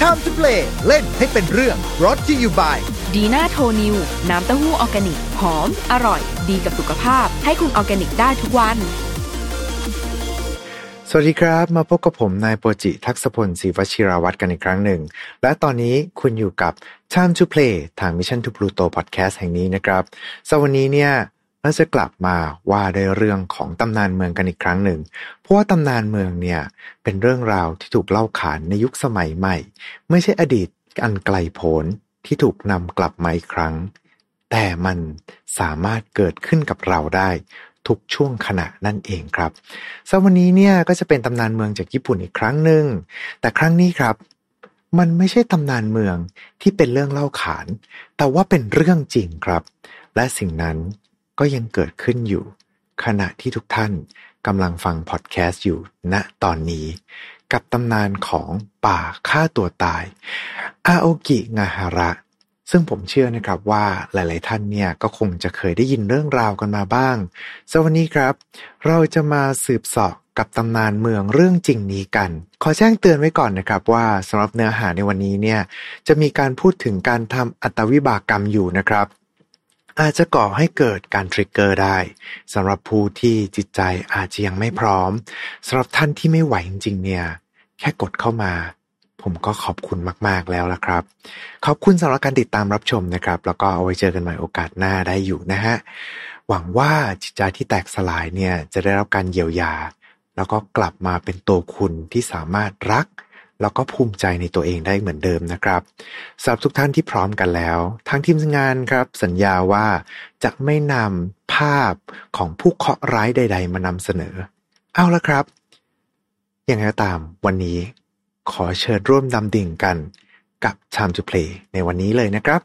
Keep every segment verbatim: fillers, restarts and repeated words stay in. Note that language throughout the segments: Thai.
Time to Play เล่นให้เป็นเรื่อง Brought to you by ดีน่าโทนิวน้ำเต้าหู้ออร์แกนิกหอมอร่อยดีกับสุขภาพให้คุณออร์แกนิกได้ทุกวันสวัสดีครับมาพบกับผมนายโปจิทักษพลศรีวชิราวัฒน์กันอีกครั้งหนึ่งและตอนนี้คุณอยู่กับ Time to Play ทาง Mission to Pluto Podcast แห่งนี้นะครับสำหรับวันนี้เนี่ยเราจะกลับมาว่าด้วยเรื่องของตำนานเมืองกันอีกครั้งหนึ่งเพราะว่าตำนานเมืองเนี่ยเป็นเรื่องราวที่ถูกเล่าขานในยุคสมัยใหม่ไม่ใช่อดีตอันไกลโพ้นที่ถูกนำกลับมาอีกครั้งแต่มันสามารถเกิดขึ้นกับเราได้ทุกช่วงขณะนั่นเองครับสำหรับวันนี้เนี่ยก็จะเป็นตำนานเมืองจากญี่ปุ่นอีกครั้งหนึ่งแต่ครั้งนี้ครับมันไม่ใช่ตำนานเมืองที่เป็นเรื่องเล่าขานแต่ว่าเป็นเรื่องจริงครับและสิ่งนั้นก็ยังเกิดขึ้นอยู่ขณะที่ทุกท่านกำลังฟังพอดแคสต์อยู่ณตอนนี้กับตำนานของป่าฆ่าตัวตายอาโอกิงาฮาระซึ่งผมเชื่อนะครับว่าหลายๆท่านเนี่ยก็คงจะเคยได้ยินเรื่องราวกันมาบ้างสวันนี้ครับเราจะมาสืบเสาะกับตำนานเมืองเรื่องจริงนี้กันขอแจ้งเตือนไว้ก่อนนะครับว่าสำหรับเนื้อหาในวันนี้เนี่ยจะมีการพูดถึงการทำอัตวิบากกรรมอยู่นะครับอาจจะก่อให้เกิดการทริกเกอร์ได้สำหรับผู้ที่จิตใจอาจจะยังไม่พร้อมสำหรับท่านที่ไม่ไหวจริงๆเนี่ยแค่กดเข้ามาผมก็ขอบคุณมากๆแล้วล่ะครับขอบคุณสำหรับการติดตามรับชมนะครับแล้วก็เอาไว้เจอกันใหม่โอกาสหน้าได้อยู่นะฮะหวังว่าจิตใจที่แตกสลายเนี่ยจะได้รับการเยียวยาแล้วก็กลับมาเป็นตัวคุณที่สามารถรักแล้วก็ภูมิใจในตัวเองได้เหมือนเดิมนะครับสำหรับทุกท่านที่พร้อมกันแล้วทางทีมงานครับสัญญาว่าจะไม่นำภาพของผู้เคราะห์ร้ายใดๆมานำเสนอเอาละครับอย่างไรก็ตามวันนี้ขอเชิญร่วมดำดิ่งกันกับ Time to Play ในวันนี้เลยนะครับ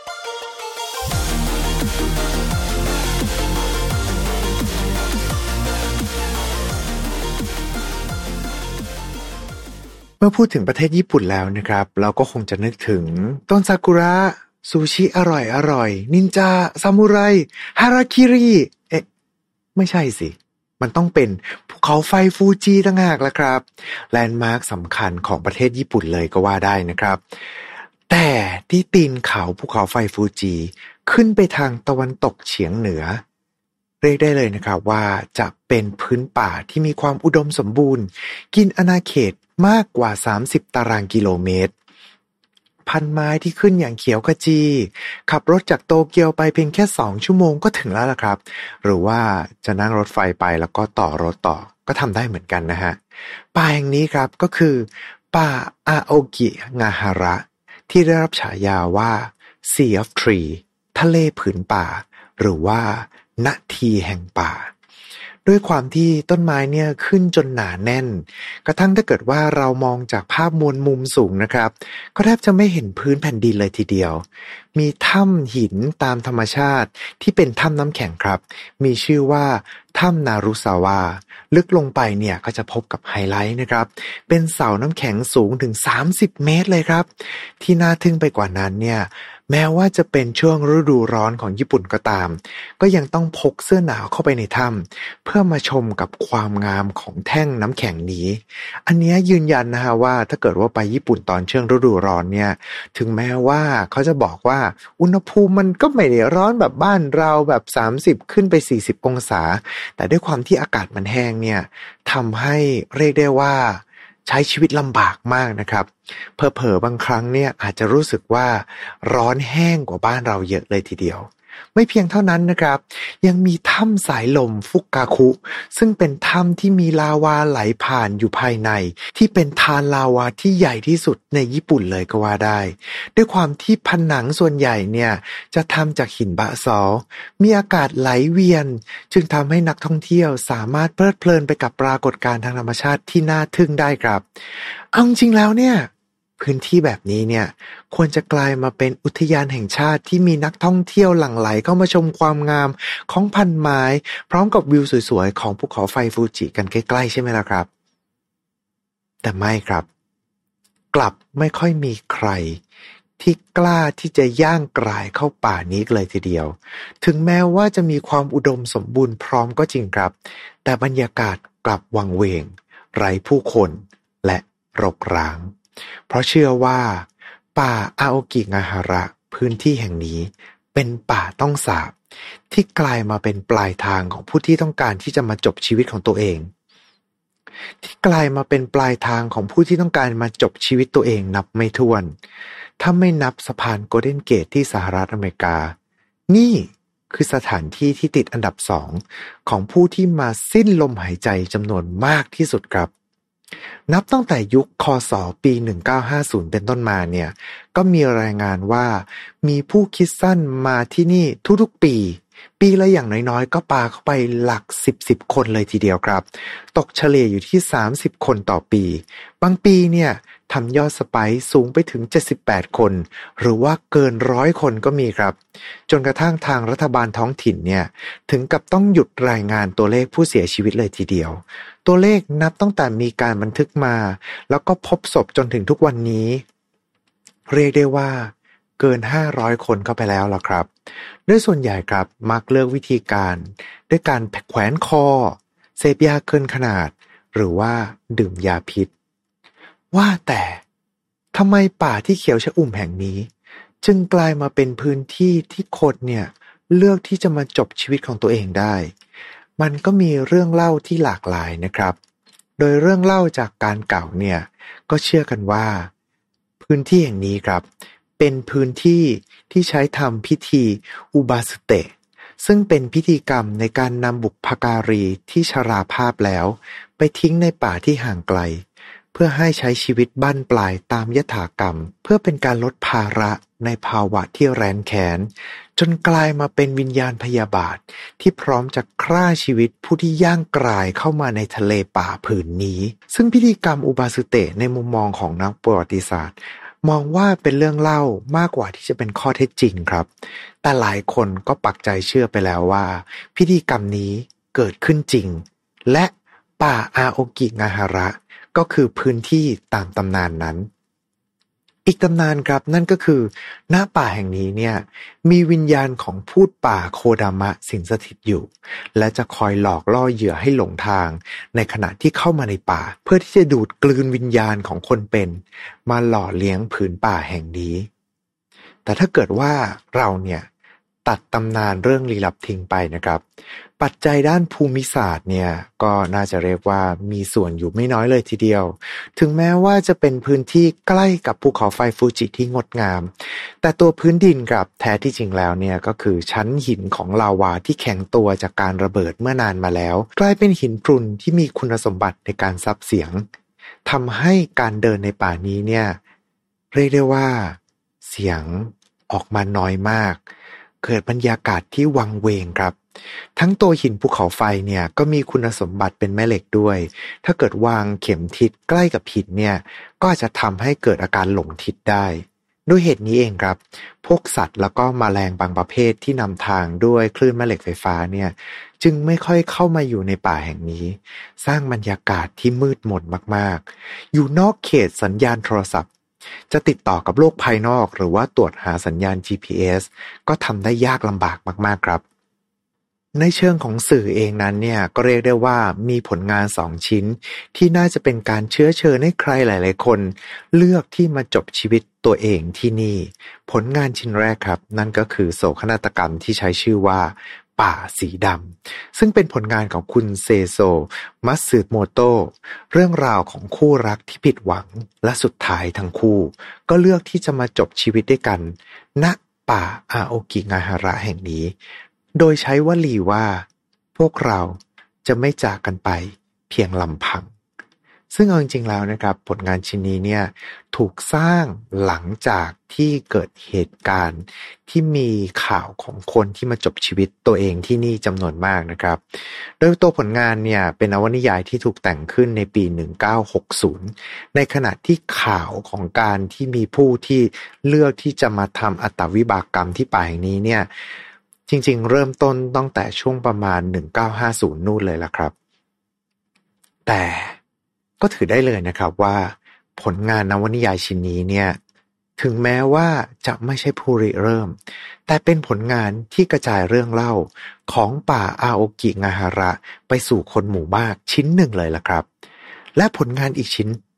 เมื่อพูดถึงประเทศญี่ปุ่นแล้วนะครับเราก็คงจะนึกถึงต้นซากุระซูชิอร่อยอร่อยนินจาซามูไรฮาราคิริเอ๊ะไม่ใช่สิมันต้องเป็นภูเขาไฟฟูจิต่างหากล่ะครับแลนด์มาร์คสำคัญของประเทศญี่ปุ่นเลยก็ว่าได้นะครับแต่ที่ตีนเขาภูเขาไฟฟูจิขึ้นไปทางตะวันตกเฉียงเหนือเรียกได้เลยนะครับว่าจะเป็นพื้นป่าที่มีความอุดมสมบูรณ์กินอาณาเขตมากกว่าสามสิบตารางกิโลเมตรพันไม้ที่ขึ้นอย่างเขียวขจีขับรถจากโตเกียวไปเพียงแค่สองชั่วโมงก็ถึงแล้วล่ะครับหรือว่าจะนั่งรถไฟไปแล้วก็ต่อรถต่อก็ทำได้เหมือนกันนะฮะป่าแห่งนี้ครับก็คือป่าอาโอกิงาฮาระที่ได้รับฉายาว่า Sea of Tree ทะเลผืนป่าหรือว่านาทีแห่งป่าด้วยความที่ต้นไม้เนี่ยขึ้นจนหนาแน่นกระทั่งถ้าเกิดว่าเรามองจากภาพมวลมุมสูงนะครับก็แทบจะไม่เห็นพื้นแผ่นดินเลยทีเดียวมีถ้ำหินตามธรรมชาติที่เป็นถ้ำน้ำแข็งครับมีชื่อว่าถ้ำนารุซาวะลึกลงไปเนี่ยก็จะพบกับไฮไลท์นะครับเป็นเสาน้ำแข็งสูงถึงสามสิบเมตรเลยครับที่น่าทึ่งไปกว่านั้นเนี่ยแม้ว่าจะเป็นช่วงฤดูร้อนของญี่ปุ่นก็ตามก็ยังต้องพกเสื้อหนาวเข้าไปในถ้ำเพื่อมาชมกับความงามของแท่งน้ำแข็งนี้อันนี้ยืนยันนะฮะว่าถ้าเกิดว่าไปญี่ปุ่นตอนช่วงฤดูร้อนเนี่ยถึงแม้ว่าเขาจะบอกว่าอุณหภูมิมันก็ไม่ได้ร้อนแบบบ้านเราแบบสามสิบขึ้นไปสี่สิบองศาแต่ด้วยความที่อากาศมันแห้งเนี่ยทำให้เรียกได้ว่าใช้ชีวิตลำบากมากนะครับเผลอๆบางครั้งเนี่ยอาจจะรู้สึกว่าร้อนแห้งกว่าบ้านเราเยอะเลยทีเดียวไม่เพียงเท่านั้นนะครับยังมีถ้ำสายลมฟุกาคุซึ่งเป็นถ้ำที่มีลาวาไหลผ่านอยู่ภายในที่เป็นทานลาวาที่ใหญ่ที่สุดในญี่ปุ่นเลยก็ว่าได้ด้วยความที่ผนังส่วนใหญ่เนี่ยจะทำจากหินบะซอลมีอากาศไหลเวียนจึงทำให้นักท่องเที่ยวสามารถเพลิดเพลินไปกับปรากฏการณ์ทางธรรมชาติที่น่าทึ่งได้ครับเอาจริงแล้วเนี่ยพื้นที่แบบนี้เนี่ยควรจะกลายมาเป็นอุทยานแห่งชาติที่มีนักท่องเที่ยวหลั่งไหลเข้ามาชมความงามของพันไม้พร้อมกับวิวสวยๆของภูเขาไฟฟูจิกันใกล้ๆใช่ไหมล่ะครับแต่ไม่ครับกลับไม่ค่อยมีใครที่กล้าที่จะย่างกรายเข้าป่านี้เลยทีเดียวถึงแม้ว่าจะมีความอุดมสมบูรณ์พร้อมก็จริงครับแต่บรรยากาศกลับวังเวงไร้ผู้คนและรกร้างเพราะเชื่อว่าป่าอาโอกิงาฮาระพื้นที่แห่งนี้เป็นป่าต้องสาปที่กลายมาเป็นปลายทางของผู้ที่ต้องการที่จะมาจบชีวิตของตัวเองที่กลายมาเป็นปลายทางของผู้ที่ต้องการมาจบชีวิตตัวเองนับไม่ถ้วนถ้าไม่นับสะพานโกลเด้นเกตที่สหรัฐอเมริกานี่คือสถานที่ที่ติดอันดับสองของผู้ที่มาสิ้นลมหายใจจำนวนมากที่สุดครับนับตั้งแต่ยุคคศปีหนึ่งเก้าห้าศูนย์เป็นต้นมาเนี่ยก็มีรายงานว่ามีผู้คิดสั้นมาที่นี่ทุกๆปีปีละอย่างน้อยๆก็ปาเข้าไปหลักสิบสิบคนเลยทีเดียวครับตกเฉลี่ยอยู่ที่สามสิบคนต่อปีบางปีเนี่ยทำยอดสไปค์สูงไปถึงเจ็ดสิบแปดคนหรือว่าเกินร้อยคนก็มีครับจนกระทั่งทางรัฐบาลท้องถิ่นเนี่ยถึงกับต้องหยุดรายงานตัวเลขผู้เสียชีวิตเลยทีเดียวตัวเลขนับตั้งแต่มีการบันทึกมาแล้วก็พบศพจนถึงทุกวันนี้เรียกได้ว่าเกินห้าร้อยคนเข้าไปแล้วล่ะครับโดยส่วนใหญ่ครับมักเลือกวิธีการด้วยการแขวนคอเสพยาเกินขนาดหรือว่าดื่มยาพิษว่าแต่ทำไมป่าที่เขียวชอุ่มแห่งนี้จึงกลายมาเป็นพื้นที่ที่คนเนี่ยเลือกที่จะมาจบชีวิตของตัวเองได้มันก็มีเรื่องเล่าที่หลากหลายนะครับโดยเรื่องเล่าจากการเก่าเนี่ยก็เชื่อกันว่าพื้นที่แห่งนี้ครับเป็นพื้นที่ที่ใช้ทำพิธีอุบาสเตะซึ่งเป็นพิธีกรรมในการนำบุพการีที่ชราภาพแล้วไปทิ้งในป่าที่ห่างไกลเพื่อให้ใช้ชีวิตบั้นปลายตามยถากรรมเพื่อเป็นการลดภาระในภาวะที่แร้นแค้นจนกลายมาเป็นวิญญาณพยาบาทที่พร้อมจะฆ่าชีวิตผู้ที่ย่างกรายเข้ามาในทะเลป่าผืนนี้ซึ่งพิธีกรรมอุบาสเตะในมุมมองของนักประวัติศาสตร์มองว่าเป็นเรื่องเล่ามากกว่าที่จะเป็นข้อเท็จจริงครับแต่หลายคนก็ปักใจเชื่อไปแล้วว่าพิธีกรรมนี้เกิดขึ้นจริงและป่าอาโอกิงาฮาระก็คือพื้นที่ตามตำนานนั้นอีกตำนานครับนั่นก็คือณป่าแห่งนี้เนี่ยมีวิญญาณของพูดป่าโคดามะสิงสถิตอยู่และจะคอยหลอกล่อเหยื่อให้หลงทางในขณะที่เข้ามาในป่าเพื่อที่จะดูดกลืนวิญญาณของคนเป็นมาหล่อเลี้ยงผืนป่าแห่งนี้แต่ถ้าเกิดว่าเราเนี่ยตัดตำนานเรื่องลี้ลับทิ้งไปนะครับปัจจัยด้านภูมิศาสตร์เนี่ยก็น่าจะเรียกว่ามีส่วนอยู่ไม่น้อยเลยทีเดียวถึงแม้ว่าจะเป็นพื้นที่ใกล้กับภูเขาไฟฟูจิที่งดงามแต่ตัวพื้นดินกับแท้ที่จริงแล้วเนี่ยก็คือชั้นหินของลาวาที่แข็งตัวจากการระเบิดเมื่อนานมาแล้วกลายเป็นหินพรุนที่มีคุณสมบัติในการซับเสียงทำให้การเดินในป่านี้เนี่ยเรียกได้ว่าเสียงออกมาน้อยมากเกิดบรรยากาศที่วังเวงครับทั้งตัวหินภูเขาไฟเนี่ยก็มีคุณสมบัติเป็นแม่เหล็กด้วยถ้าเกิดวางเข็มทิศใกล้กับหินเนี่ยก็อาจจะทำให้เกิดอาการหลงทิศได้ด้วยเหตุนี้เองครับพวกสัตว์แล้วก็แมลงบางประเภทที่นำทางด้วยคลื่นแม่เหล็กไฟฟ้าเนี่ยจึงไม่ค่อยเข้ามาอยู่ในป่าแห่งนี้สร้างบรรยากาศที่มืดมนมากๆอยู่นอกเขตสัญญาณโทรศัพท์จะติดต่อกับโลกภายนอกหรือว่าตรวจหาสัญญาณ จี พี เอส ก็ทำได้ยากลำบากมากๆครับในเชิงของสื่อเองนั้นเนี่ยก็เรียกได้ว่ามีผลงานสองชิ้นที่น่าจะเป็นการเชื้อเชิญให้ใครหลายๆคนเลือกที่มาจบชีวิตตัวเองที่นี่ผลงานชิ้นแรกครับนั่นก็คือโศกนาฏกรรมที่ใช้ชื่อว่าป่าสีดำซึ่งเป็นผลงานของคุณเซโซมัตสึโมโตะเรื่องราวของคู่รักที่ผิดหวังและสุดท้ายทั้งคู่ก็เลือกที่จะมาจบชีวิตด้วยกันณป่าอาโอกิงาฮาระแห่งนี้โดยใช้วลีว่าพวกเราจะไม่จากกันไปเพียงลำพังซึ่งเอาจริงๆแล้วนะครับผลงานชิ้นนี้เนี่ยถูกสร้างหลังจากที่เกิดเหตุการณ์ที่มีข่าวของคนที่มาจบชีวิตตัวเองที่นี่จำนวนมากนะครับโดยตัวผลงานเนี่ยเป็นนวนิยายที่ถูกแต่งขึ้นในปีหนึ่งเก้าหกศูนย์ในขณะที่ข่าวของการที่มีผู้ที่เลือกที่จะมาทำอัตวิบากกรรมที่ป่าแห่งนี้เนี่ยจริงๆเริ่มต้นตั้งแต่ช่วงประมาณหนึ่งเก้าห้าศูนย์นู่นเลยล่ะครับแต่ก็ถือได้เลยนะครับว่าผลงานนวนิยายชิ้นนี้เนี่ยถึงแม้ว่าจะไม่ใช่ผู้ริเริ่มแต่เป็นผลงานที่กระจายเรื่องเล่าของป่าอาโอกิงาฮาระไปสู่คนหมู่มากชิ้นหนึ่งเลยล่ะครับและผลงานอีกชิ้นก็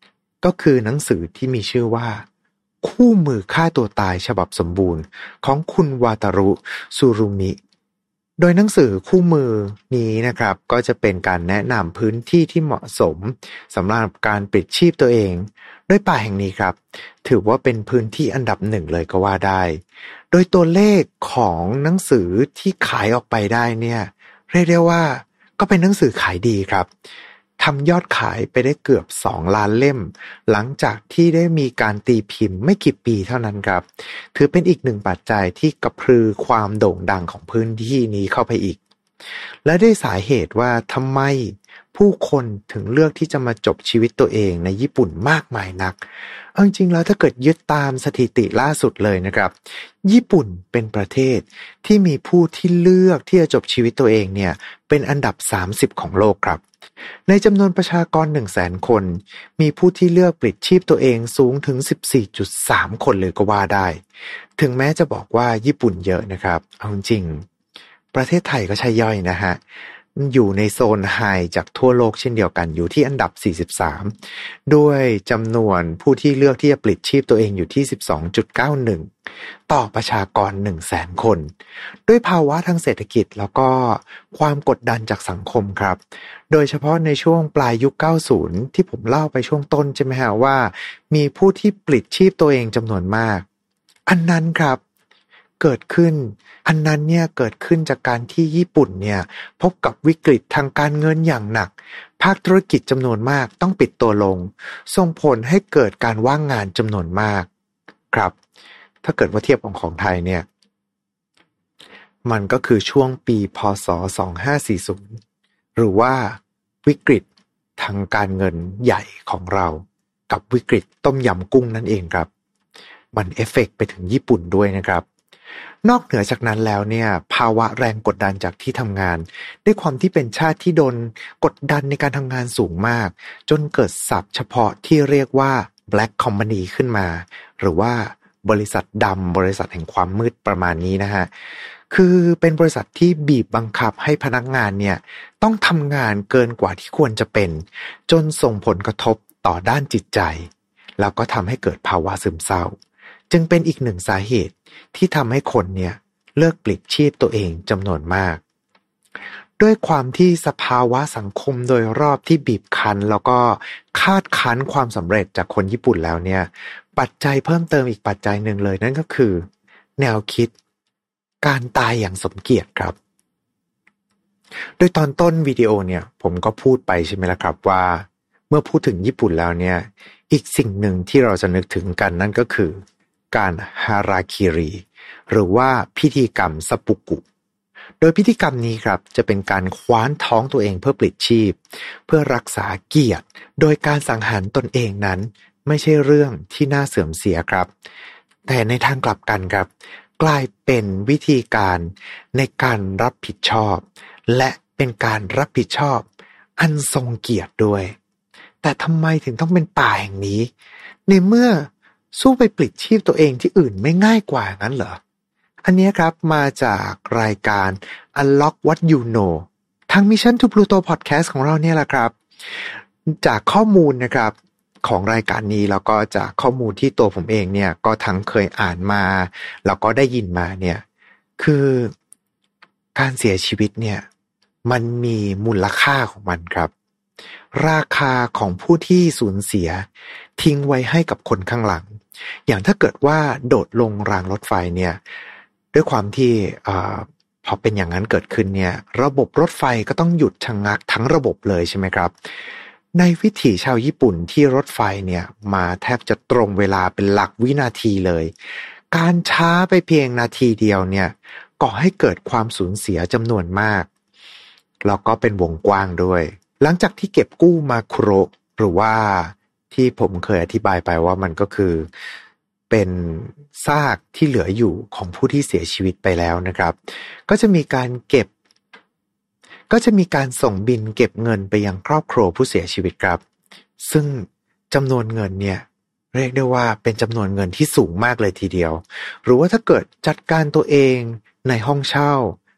ก็คือหนังสือที่มีชื่อว่าคู่มือฆ่าตัวตายฉบับสมบูรณ์ของคุณวาตารุซูรุมิโดยหนังสือคู่มือนี้นะครับก็จะเป็นการแนะนำพื้นที่ที่เหมาะสมสำหรับการปลิดชีพตัวเองโดยป่าแห่งนี้ครับถือว่าเป็นพื้นที่อันดับหนึ่งเลยก็ว่าได้โดยตัวเลขของหนังสือที่ขายออกไปได้เนี่ยเรียกได้ว่าก็เป็นหนังสือขายดีครับทำยอดขายไปได้เกือบสองล้านเล่มหลังจากที่ได้มีการตีพิมพ์ไม่กี่ปีเท่านั้นครับถือเป็นอีกหนึ่งปัจจัยที่กระพือความโด่งดังของพื้นที่นี้เข้าไปอีกและด้วยสาเหตุว่าทำไมผู้คนถึงเลือกที่จะมาจบชีวิตตัวเองในญี่ปุ่นมากมายนักเอาจริงๆแล้วถ้าเกิดยึดตามสถิติล่าสุดเลยนะครับญี่ปุ่นเป็นประเทศที่มีผู้ที่เลือกที่จะจบชีวิตตัวเองเนี่ยเป็นอันดับสามสิบของโลกครับในจำนวนประชากร หนึ่งแสน คนมีผู้ที่เลือกปลิดชีพตัวเองสูงถึง สิบสี่จุดสาม คนเลยก็ว่าได้ถึงแม้จะบอกว่าญี่ปุ่นเยอะนะครับเอาจริงประเทศไทยก็ใช่ย่อยนะฮะอยู่ในโซนไฮจากทั่วโลกเช่นเดียวกันอยู่ที่อันดับสี่สิบสามด้วยจำนวนผู้ที่เลือกที่จะปลิดชีพตัวเองอยู่ที่ สิบสองจุดเก้าหนึ่ง ต่อประชากร หนึ่งแสน คนด้วยภาวะทางเศรษฐกิจแล้วก็ความกดดันจากสังคมครับโดยเฉพาะในช่วงปลายยุคเก้าสิบที่ผมเล่าไปช่วงต้นใช่ไหมฮะว่ามีผู้ที่ปลิดชีพตัวเองจำนวนมากอันนั้นครับเกิดขึ้นอันนั้นเนี่ยเกิดขึ้นจากการที่ญี่ปุ่นเนี่ยพบกับวิกฤตทางการเงินอย่างหนักภาคธุรกิจจำนวนมากต้องปิดตัวลงส่งผลให้เกิดการว่างงานจำนวนมากครับถ้าเกิดว่าเทียบของของไทยเนี่ยมันก็คือช่วงปีพ.ศ. สองพันห้าร้อยสี่สิบหรือว่าวิกฤตทางการเงินใหญ่ของเรากับวิกฤตต้มยำกุ้งนั่นเองครับมันเอฟเฟกต์ไปถึงญี่ปุ่นด้วยนะครับนอกเหนือจากนั้นแล้วเนี่ยภาวะแรงกดดันจากที่ทำงานด้วยความที่เป็นชาติที่โดนกดดันในการทำงานสูงมากจนเกิดศัพท์เฉพาะที่เรียกว่า Black Company ขึ้นมาหรือว่าบริษัทดำบริษัทแห่งความมืดประมาณนี้นะฮะคือเป็นบริษัทที่บีบบังคับให้พนักงานเนี่ยต้องทำงานเกินกว่าที่ควรจะเป็นจนส่งผลกระทบต่อด้านจิตใจแล้วก็ทำให้เกิดภาวะซึมเศร้าจึงเป็นอีกหนึ่งสาเหตุที่ทำให้คนเนี่ยเลิกปลิดชีพตัวเองจำนวนมากด้วยความที่สภาวะสังคมโดยรอบที่บีบคั้นแล้วก็คาดคั้นความสำเร็จจากคนญี่ปุ่นแล้วเนี่ยปัจจัยเพิ่มเติมอีกปัจจัยหนึ่งเลยนั่นก็คือแนวคิดการตายอย่างสมเกียรติครับโดยตอนต้นวิดีโอเนี่ยผมก็พูดไปใช่ไหมล่ะครับว่าเมื่อพูดถึงญี่ปุ่นแล้วเนี่ยอีกสิ่งหนึ่งที่เราจะนึกถึงกันนั่นก็คือการฮาราคิริหรือว่าพิธีกรรมซัปปุกุโดยพิธีกรรมนี้ครับจะเป็นการคว้านท้องตัวเองเพื่อปลิดชีพเพื่อรักษาเกียรติโดยการสังหารตนเองนั้นไม่ใช่เรื่องที่น่าเสื่อมเสียครับแต่ในทางกลับกันครับกลายเป็นวิธีการในการรับผิดชอบและเป็นการรับผิดชอบอันทรงเกียรติด้วยแต่ทำไมถึงต้องเป็นป่าแห่งนี้ในเมื่อสู้ไปปลิดชีพตัวเองที่อื่นไม่ง่ายกว่างั้นเหรออันนี้ครับมาจากรายการ Unlock What You Know ทาง Mission to Pluto Podcast ของเราเนี่ยแหละครับจากข้อมูลนะครับของรายการนี้แล้วก็จากข้อมูลที่ตัวผมเองเนี่ยก็ทั้งเคยอ่านมาแล้วก็ได้ยินมาเนี่ยคือการเสียชีวิตเนี่ยมันมีมูลค่าของมันครับราคาของผู้ที่สูญเสียทิ้งไว้ให้กับคนข้างหลังอย่างถ้าเกิดว่าโดดลงรางรถไฟเนี่ยด้วยความที่พอเป็นอย่างนั้นเกิดขึ้นเนี่ยระบบรถไฟก็ต้องหยุดชะงักทั้งระบบเลยใช่ไหมครับในวิถีชาวญี่ปุ่นที่รถไฟเนี่ยมาแทบจะตรงเวลาเป็นหลักวินาทีเลยการช้าไปเพียงนาทีเดียวเนี่ยก่อให้เกิดความสูญเสียจำนวนมากแล้วก็เป็นวงกว้างด้วยหลังจากที่เก็บกู้มาคุโระหรือว่าที่ผมเคยอธิบายไปว่ามันก็คือเป็นซากที่เหลืออยู่ของผู้ที่เสียชีวิตไปแล้วนะครับก็จะมีการเก็บก็จะมีการส่งบิลเก็บเงินไปยังครอบครัวผู้เสียชีวิตครับซึ่งจำนวนเงินเนี่ยเรียกได้ว่าเป็นจำนวนเงินที่สูงมากเลยทีเดียวหรือว่าถ้าเกิดจัดการตัวเองในห้องเช่า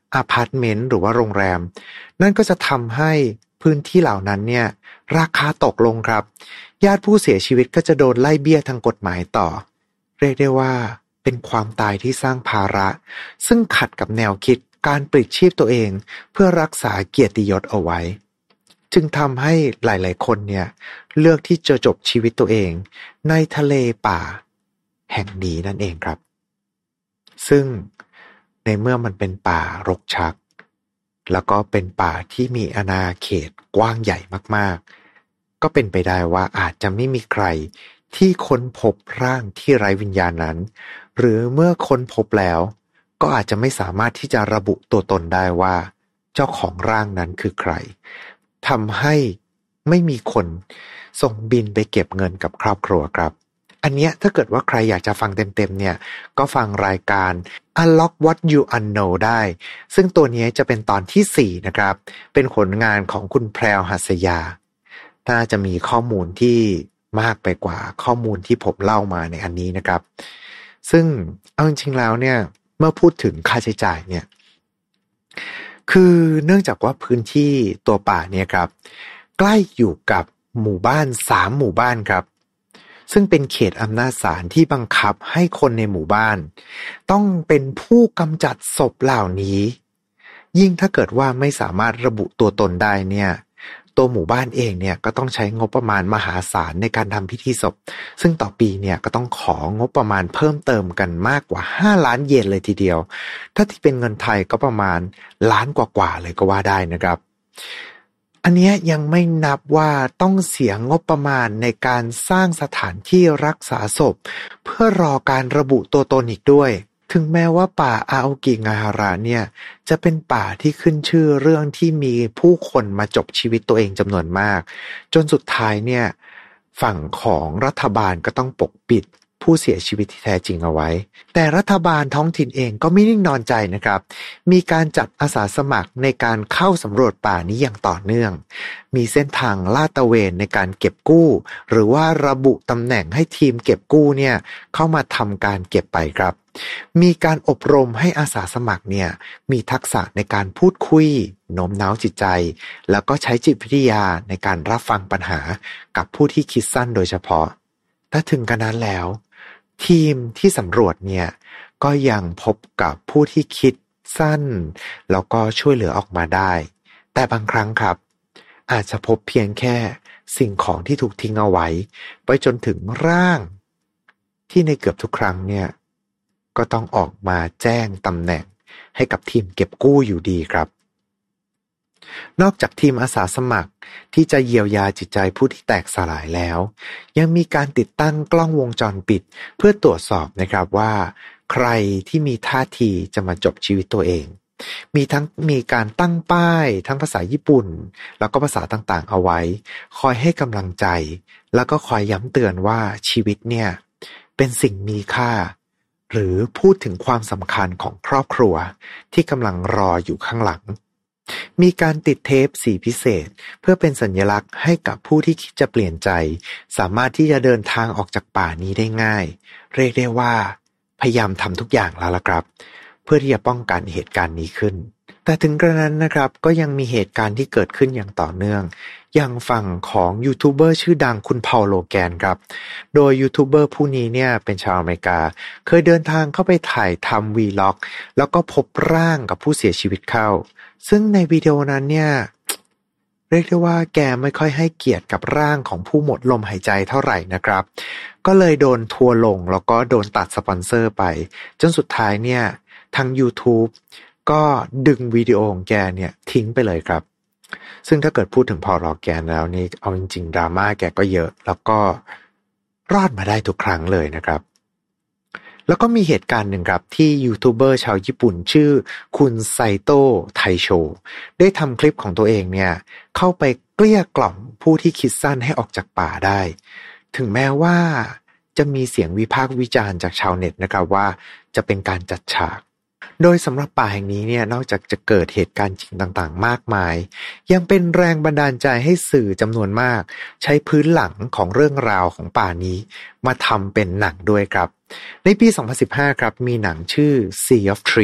อาพาร์ตเมนต์หรือว่าโรงแรมนั่นก็จะทำให้พื้นที่เหล่านั้นเนี่ยราคาตกลงครับญาติผู้เสียชีวิตก็จะโดนไล่เบี้ยทางกฎหมายต่อเรียกได้ว่าเป็นความตายที่สร้างภาระซึ่งขัดกับแนวคิดการปลิดชีพตัวเองเพื่อรักษาเกียรติยศเอาไว้จึงทำให้หลายๆคนเนี่ยเลือกที่จะจบชีวิตตัวเองในทะเลป่าแห่งนี้นั่นเองครับซึ่งในเมื่อมันเป็นป่ารกชักแล้วก็เป็นป่าที่มีอาณาเขตกว้างใหญ่มากๆก็เป็นไปได้ว่าอาจจะไม่มีใครที่ค้นพบร่างที่ไร้วิญญาณนั้นหรือเมื่อค้นพบแล้วก็อาจจะไม่สามารถที่จะระบุตัวตนได้ว่าเจ้าของร่างนั้นคือใครทำให้ไม่มีคนส่งบินไปเก็บเงินกับครอบครัวครับอันเนี้ยถ้าเกิดว่าใครอยากจะฟังเต็มๆเนี่ยก็ฟังรายการ Unlock What You Unknow ได้ซึ่งตัวนี้จะเป็นตอนที่สี่นะครับเป็นผลงานของคุณแพรวหัสยาน่าจะมีข้อมูลที่มากไปกว่าข้อมูลที่ผมเล่ามาในอันนี้นะครับซึ่งเอาจริงๆแล้วเนี่ยเมื่อพูดถึงค่าใช้จ่ายเนี่ยคือเนื่องจากว่าพื้นที่ตัวป่าเนี่ยครับใกล้อยู่กับหมู่บ้านสามหมู่บ้านครับซึ่งเป็นเขตอำนาจศาลที่บังคับให้คนในหมู่บ้านต้องเป็นผู้กำจัดศพเหล่านี้ยิ่งถ้าเกิดว่าไม่สามารถระบุตัวตนได้เนี่ยตัวหมู่บ้านเองเนี่ยก็ต้องใช้งบประมาณมหาศาลในการทำพิธีศพซึ่งต่อปีเนี่ยก็ต้องของบประมาณเพิ่มเติมกันมากกว่าห้าล้านเยนเลยทีเดียวถ้าที่เป็นเงินไทยก็ประมาณล้านกว่าๆเลยก็ว่าได้นะครับอันนี้ยังไม่นับว่าต้องเสียงบประมาณในการสร้างสถานที่รักษาศพเพื่อรอการระบุตัวตนอีกด้วยถึงแม้ว่าป่าอาโอกิงาฮาระเนี่ยจะเป็นป่าที่ขึ้นชื่อเรื่องที่มีผู้คนมาจบชีวิตตัวเองจำนวนมากจนสุดท้ายเนี่ยฝั่งของรัฐบาลก็ต้องปกปิดผู้เสียชีวิตที่แท้จริงเอาไว้แต่รัฐบาลท้องถิ่นเองก็ไม่นิ่งนอนใจนะครับมีการจัดอาสาสมัครในการเข้าสำรวจป่านี้อย่างต่อเนื่องมีเส้นทางลาดตระเวนในการเก็บกู้หรือว่าระบุตำแหน่งให้ทีมเก็บกู้เนี่ยเข้ามาทำการเก็บไปครับมีการอบรมให้อาสาสมัครเนี่ยมีทักษะในการพูดคุยโน้มน้าวจิตใจแล้วก็ใช้จิตวิทยาในการรับฟังปัญหากับผู้ที่คิดสั้นโดยเฉพาะถ้าถึงกระนั้นแล้วทีมที่สำรวจเนี่ยก็ยังพบกับผู้ที่คิดสั้นแล้วก็ช่วยเหลือออกมาได้แต่บางครั้งครับอาจจะพบเพียงแค่สิ่งของที่ถูกทิ้งเอาไว้ไปจนถึงร่างที่ในเกือบทุกครั้งเนี่ยก็ต้องออกมาแจ้งตำแหน่งให้กับทีมเก็บกู้อยู่ดีครับนอกจากทีมอาสาสมัครที่จะเยียวยาจิตใจผู้ที่แตกสลายแล้วยังมีการติดตั้งกล้องวงจรปิดเพื่อตรวจสอบนะครับว่าใครที่มีท่าทีจะมาจบชีวิตตัวเองมีทั้งมีการตั้งป้ายทั้งภาษาญี่ปุ่นแล้วก็ภาษาต่างๆเอาไว้คอยให้กำลังใจแล้วก็คอยย้ำเตือนว่าชีวิตเนี่ยเป็นสิ่งมีค่าหรือพูดถึงความสำคัญของครอบครัวที่กำลังรออยู่ข้างหลังมีการติดเทปสีพิเศษเพื่อเป็นสัญลักษณ์ให้กับผู้ที่คิดจะเปลี่ยนใจสามารถที่จะเดินทางออกจากป่านี้ได้ง่ายเรียกได้ว่าพยายามทำทุกอย่างแล้วล่ะครับเพื่อที่จะป้องกันเหตุการณ์นี้ขึ้นแต่ถึงกระนั้นนะครับก็ยังมีเหตุการณ์ที่เกิดขึ้นอย่างต่อเนื่องอย่างฝั่งของยูทูบเบอร์ชื่อดังคุณพาโลแกนครับโดยยูทูบเบอร์ผู้นี้เนี่ยเป็นชาวอเมริกาเคยเดินทางเข้าไปถ่ายทำวีล็อกแล้วก็พบร่างกับผู้เสียชีวิตเข้าซึ่งในวิดีโอนั้นเนี่ยเรียกได้ว่าแกไม่ค่อยให้เกียรติกับร่างของผู้หมดลมหายใจเท่าไหร่นะครับก็เลยโดนทัวร์ลงแล้วก็โดนตัดสปอนเซอร์ไปจนสุดท้ายเนี่ยทาง YouTube ก็ดึงวิดีโอของแกเนี่ยทิ้งไปเลยครับซึ่งถ้าเกิดพูดถึงพอลแกนแล้วนี่เอาจริงๆดราม่าแกก็เยอะแล้วก็รอดมาได้ทุกครั้งเลยนะครับแล้วก็มีเหตุการณ์หนึ่งครับที่ยูทูบเบอร์ชาวญี่ปุ่นชื่อคุณไซโตะไทโชได้ทำคลิปของตัวเองเนี่ยเข้าไปเกลี้ยกล่อมผู้ที่คิดสั้นให้ออกจากป่าได้ถึงแม้ว่าจะมีเสียงวิพากษ์วิจารณ์จากชาวเน็ตนะครับว่าจะเป็นการจัดฉากโดยสำหรับป่าแห่งนี้เนี่ยนอกจากจะเกิดเหตุการณ์จริงต่างๆมากมายยังเป็นแรงบันดาลใจให้สื่อจำนวนมากใช้พื้นหลังของเรื่องราวของป่านี้มาทำเป็นหนังด้วยครับในปีสองพันสิบห้าครับมีหนังชื่อ Sea of Trees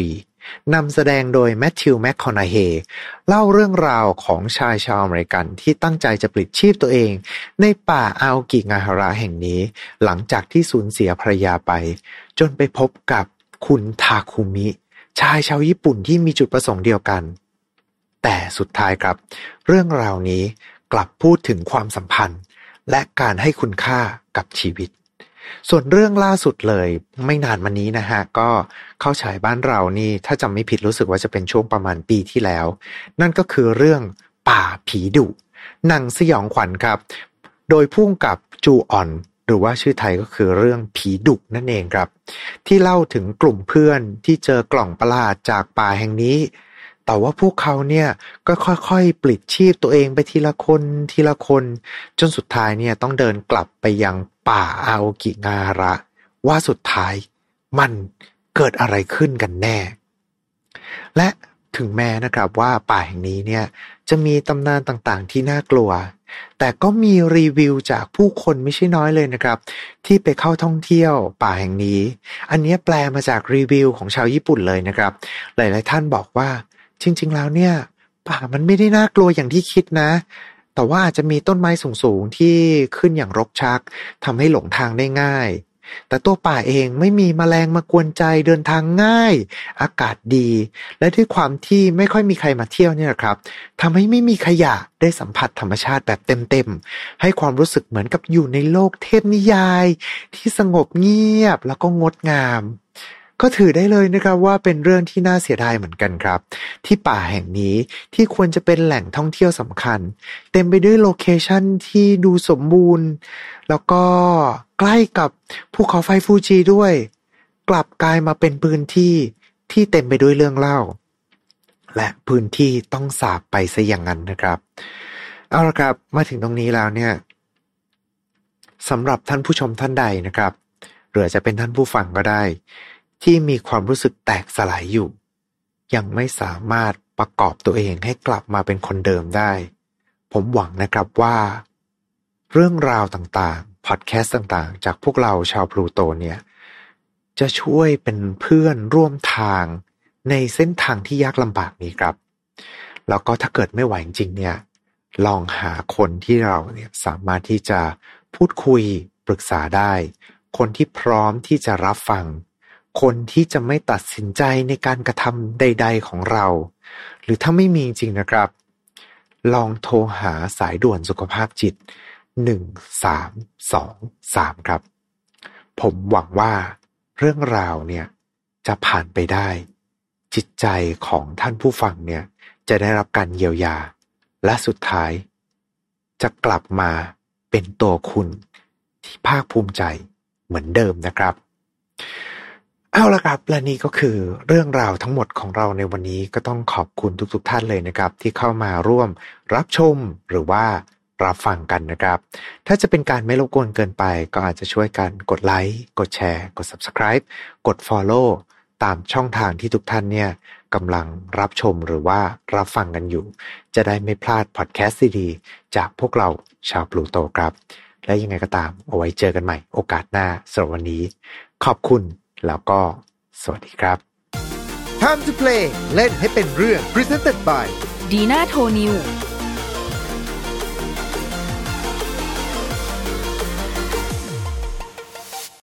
นำแสดงโดยแมทธิว แมคคอนาเฮย์เล่าเรื่องราวของชายชาวอเมริกันที่ตั้งใจจะปลิดชีพตัวเองในป่าอาโอกิงาฮาระแห่งนี้หลังจากที่สูญเสียภรรยาไปจนไปพบกับคุณทาคุมิชายชาวญี่ปุ่นที่มีจุดประสงค์เดียวกันแต่สุดท้ายครับเรื่องราวนี้กลับพูดถึงความสัมพันธ์และการให้คุณค่ากับชีวิตส่วนเรื่องล่าสุดเลยไม่นานมานี้นะฮะก็เข้าฉายบ้านเรานี่ถ้าจำไม่ผิดรู้สึกว่าจะเป็นช่วงประมาณปีที่แล้วนั่นก็คือเรื่องป่าผีดุหนังสยองขวัญครับโดยพุ่งกับจูออนหรือว่าชื่อไทยก็คือเรื่องผีดุนั่นเองครับที่เล่าถึงกลุ่มเพื่อนที่เจอกล่องประหลาดจากป่าแห่งนี้แต่ว่าพวกเขาเนี่ยก็ค่อยๆปลิดชีพตัวเองไปทีละคนทีละคนจนสุดท้ายเนี่ยต้องเดินกลับไปยังป่าอาโอกิงาฮาระว่าสุดท้ายมันเกิดอะไรขึ้นกันแน่และถึงแม้นะครับว่าป่าแห่งนี้เนี่ยจะมีตำนานต่างๆที่น่ากลัวแต่ก็มีรีวิวจากผู้คนไม่ใช่น้อยเลยนะครับที่ไปเข้าท่องเที่ยวป่าแห่งนี้อันนี้แปลมาจากรีวิวของชาวญี่ปุ่นเลยนะครับหลายๆท่านบอกว่าจริงๆแล้วเนี่ยป่ามันไม่ได้น่ากลัวอย่างที่คิดนะแต่ว่าอาจจะมีต้นไม้สูงๆที่ขึ้นอย่างรกชักทำให้หลงทางได้ง่ายแต่ตัวป่าเองไม่มีแมลงมากวนใจเดินทางง่ายอากาศดีและด้วยความที่ไม่ค่อยมีใครมาเที่ยวเนี่ยครับทำให้ไม่มีขยะได้สัมผัสธรรมชาติแบบเต็มๆให้ความรู้สึกเหมือนกับอยู่ในโลกเทพนิยายที่สงบเงียบแล้วก็งดงามก็ถือได้เลยนะครับว่าเป็นเรื่องที่น่าเสียดายเหมือนกันครับที่ป่าแห่งนี้ที่ควรจะเป็นแหล่งท่องเที่ยวสำคัญเต็มไปด้วยโลเคชั่นที่ดูสมบูรณ์แล้วก็ใกล้กับภูเขาไฟฟูจิด้วยกลับกลายมาเป็นพื้นที่ที่เต็มไปด้วยเรื่องเล่าและพื้นที่ต้องสาปไปซะอย่างนั้นนะครับเอาละครับมาถึงตรงนี้แล้วเนี่ยสำหรับท่านผู้ชมท่านใดนะครับหรือจะเป็นท่านผู้ฟังก็ได้ที่มีความรู้สึกแตกสลายอยู่ยังไม่สามารถประกอบตัวเองให้กลับมาเป็นคนเดิมได้ผมหวังนะครับว่าเรื่องราวต่างๆพอดแคสต์ต่างๆจากพวกเราชาวพลูโตเนี่ยจะช่วยเป็นเพื่อนร่วมทางในเส้นทางที่ยากลำบากนี้ครับแล้วก็ถ้าเกิดไม่ไหวจริงๆเนี่ยลองหาคนที่เราเนี่ยสามารถที่จะพูดคุยปรึกษาได้คนที่พร้อมที่จะรับฟังคนที่จะไม่ตัดสินใจในการกระทำใดๆของเราหรือถ้าไม่มีจริงนะครับลองโทรหาสายด่วนสุขภาพจิตหนึ่งสามสองสามครับผมหวังว่าเรื่องราวเนี่ยจะผ่านไปได้จิตใจของท่านผู้ฟังเนี่ยจะได้รับการเยียวยาและสุดท้ายจะกลับมาเป็นตัวคุณที่ภาคภูมิใจเหมือนเดิมนะครับเอาละครับและนี่ก็คือเรื่องราวทั้งหมดของเราในวันนี้ก็ต้องขอบคุณทุกๆท่านเลยนะครับที่เข้ามาร่วมรับชมหรือว่ารับฟังกันนะครับถ้าจะเป็นการไม่รบกวนเกินไปก็อาจจะช่วยกันกดไลค์กดแชร์กด Subscribe กด Follow ตามช่องทางที่ทุกท่านเนี่ยกำลังรับชมหรือว่ารับฟังกันอยู่จะได้ไม่พลาดพอดแคสต์ดีๆจากพวกเราชาวพลูโตครับและยังไงก็ตามเอาไว้เจอกันใหม่โอกาสหน้าสำหรับวันนี้ขอบคุณแล้วก็สวัสดีครับ Time to play เล่นให้เป็นเรื่อง Presented by ดีน่าโทนิว